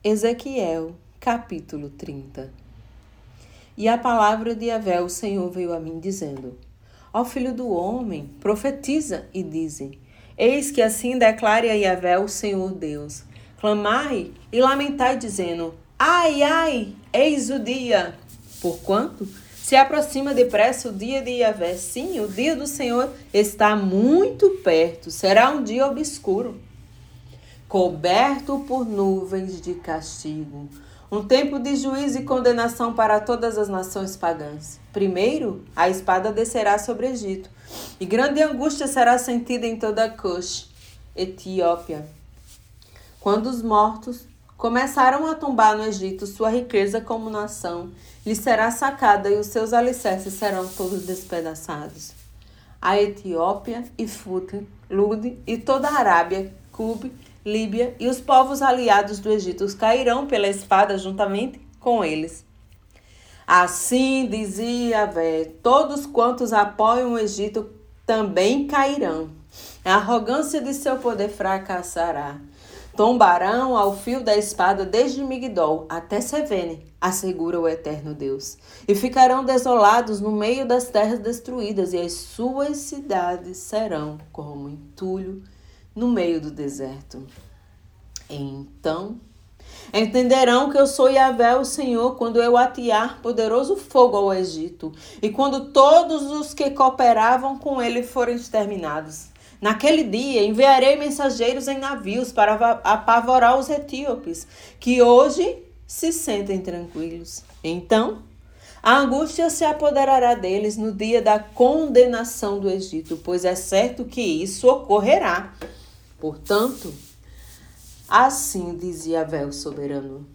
Ezequiel, capítulo 30. E a palavra de Yahvé, o Senhor, veio a mim, dizendo: Ó filho do homem, profetiza e dize: Eis que assim declare a Yahvé, o Senhor Deus: Clamai e lamentai, dizendo: Ai, ai, eis o dia! Porquanto se aproxima depressa o dia de Yahvé. Sim, o dia do Senhor está muito perto. Será um dia obscuro, coberto por nuvens de castigo, um tempo de juízo e condenação para todas as nações pagãs. Primeiro, a espada descerá sobre o Egito, e grande angústia será sentida em toda Cush, Etiópia. Quando os mortos começaram a tombar no Egito, sua riqueza como nação lhe será sacada e os seus alicerces serão todos despedaçados. A Etiópia e Fut, Lud e toda a Arábia, Cube, Líbia e os povos aliados do Egito cairão pela espada juntamente com eles. Assim dizia Yahvé: todos quantos apoiam o Egito também cairão. A arrogância de seu poder fracassará. Tombarão ao fio da espada desde Migdol até Sevene, assegura o eterno Deus. E ficarão desolados no meio das terras destruídas, e as suas cidades serão como entulho no meio do deserto. Então entenderão que eu sou Yahvé, o Senhor, quando eu atear poderoso fogo ao Egito, e quando todos os que cooperavam com ele forem exterminados. Naquele dia enviarei mensageiros em navios para apavorar os etíopes, que hoje se sentem tranquilos. Então a angústia se apoderará deles no dia da condenação do Egito, pois é certo que isso ocorrerá. Portanto, assim diz Yahvé, o soberano,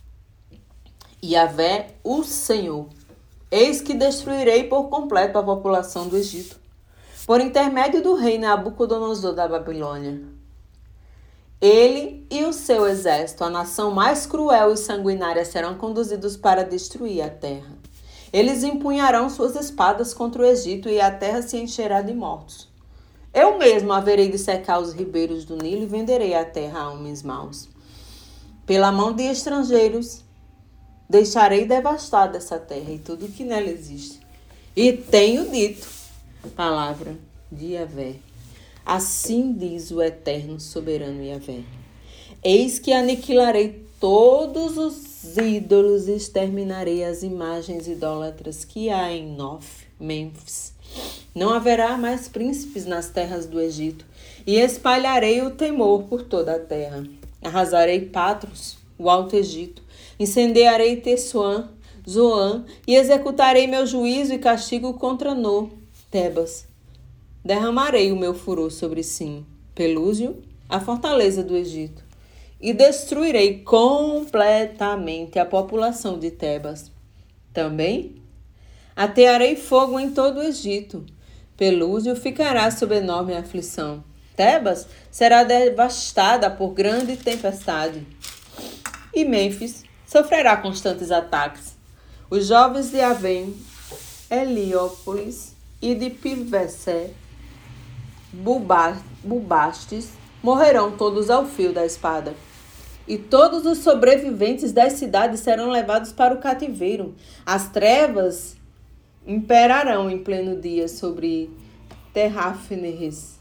Yahvé, o Senhor: eis que destruirei por completo a população do Egito, por intermédio do rei Nabucodonosor da Babilônia. Ele e o seu exército, a nação mais cruel e sanguinária, serão conduzidos para destruir a terra. Eles empunharão suas espadas contra o Egito e a terra se encherá de mortos. Eu mesmo haverei de secar os ribeiros do Nilo e venderei a terra a homens maus. Pela mão de estrangeiros deixarei devastada essa terra e tudo que nela existe. E tenho dito, palavra de Yahvé: assim diz o eterno soberano Yahvé: eis que aniquilarei todos os ídolos e exterminarei as imagens idólatras que há em Nof, Mênfis. Não haverá mais príncipes nas terras do Egito, e espalharei o temor por toda a terra. Arrasarei Patros, o Alto Egito, incendiarei Tessoã, Zoã, e executarei meu juízo e castigo contra No, Tebas. Derramarei o meu furor sobre Sim, Pelúsio, a fortaleza do Egito, e destruirei completamente a população de Tebas. Também atearei fogo em todo o Egito. Pelúsio ficará sob enorme aflição. Tebas será devastada por grande tempestade. E Mênfis sofrerá constantes ataques. Os jovens de Avém, Heliópolis e de Pivessé, Bubastes, morrerão todos ao fio da espada. E todos os sobreviventes das cidades serão levados para o cativeiro. As trevas imperarão em pleno dia sobre Terráfenes.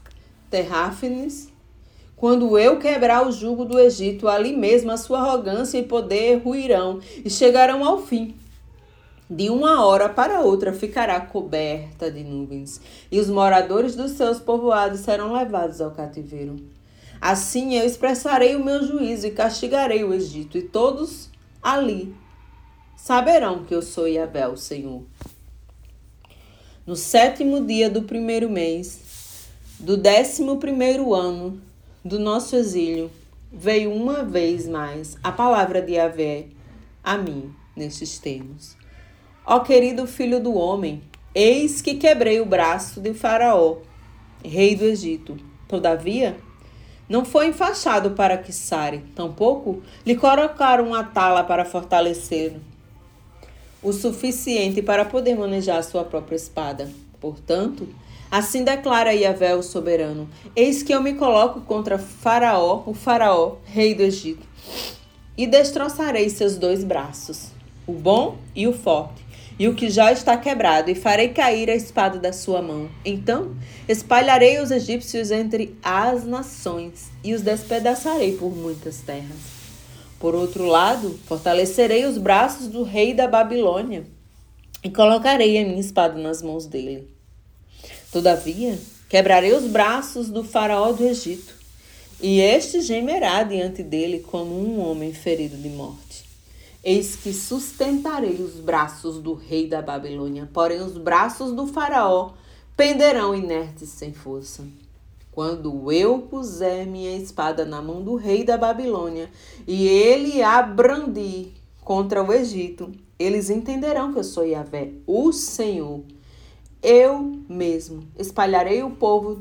Quando eu quebrar o jugo do Egito, ali mesmo a sua arrogância e poder ruirão e chegarão ao fim. De uma hora para outra ficará coberta de nuvens, e os moradores dos seus povoados serão levados ao cativeiro. Assim eu expressarei o meu juízo e castigarei o Egito, e todos ali saberão que eu sou Yahvé, o Senhor. No 7º dia do 1º mês, do 11º ano do nosso exílio, veio uma vez mais a palavra de Yahvé a mim, nestes termos: ó querido filho do homem, eis que quebrei o braço de Faraó, rei do Egito. Todavia, não foi enfaixado para que sare, tampouco lhe colocaram uma tala para fortalecê-lo o suficiente para poder manejar sua própria espada. Portanto, assim declara Yahvé, o soberano: eis que eu me coloco contra Faraó, o Faraó, rei do Egito, e destroçarei seus 2 braços, o bom e o forte, e o que já está quebrado, e farei cair a espada da sua mão. Então espalharei os egípcios entre as nações, e os despedaçarei por muitas terras. Por outro lado, fortalecerei os braços do rei da Babilônia, e colocarei a minha espada nas mãos dele. Todavia, quebrarei os braços do faraó do Egito, e este gemerá diante dele como um homem ferido de morte. Eis que sustentarei os braços do rei da Babilônia, porém os braços do faraó penderão inertes sem força. Quando eu puser minha espada na mão do rei da Babilônia e ele a brandir contra o Egito, eles entenderão que eu sou Yahvé, o Senhor. Eu mesmo espalharei o povo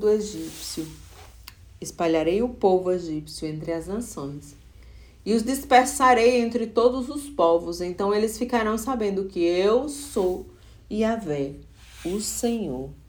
egípcio entre as nações e os dispersarei entre todos os povos. Então eles ficarão sabendo que eu sou Yahvé, o Senhor.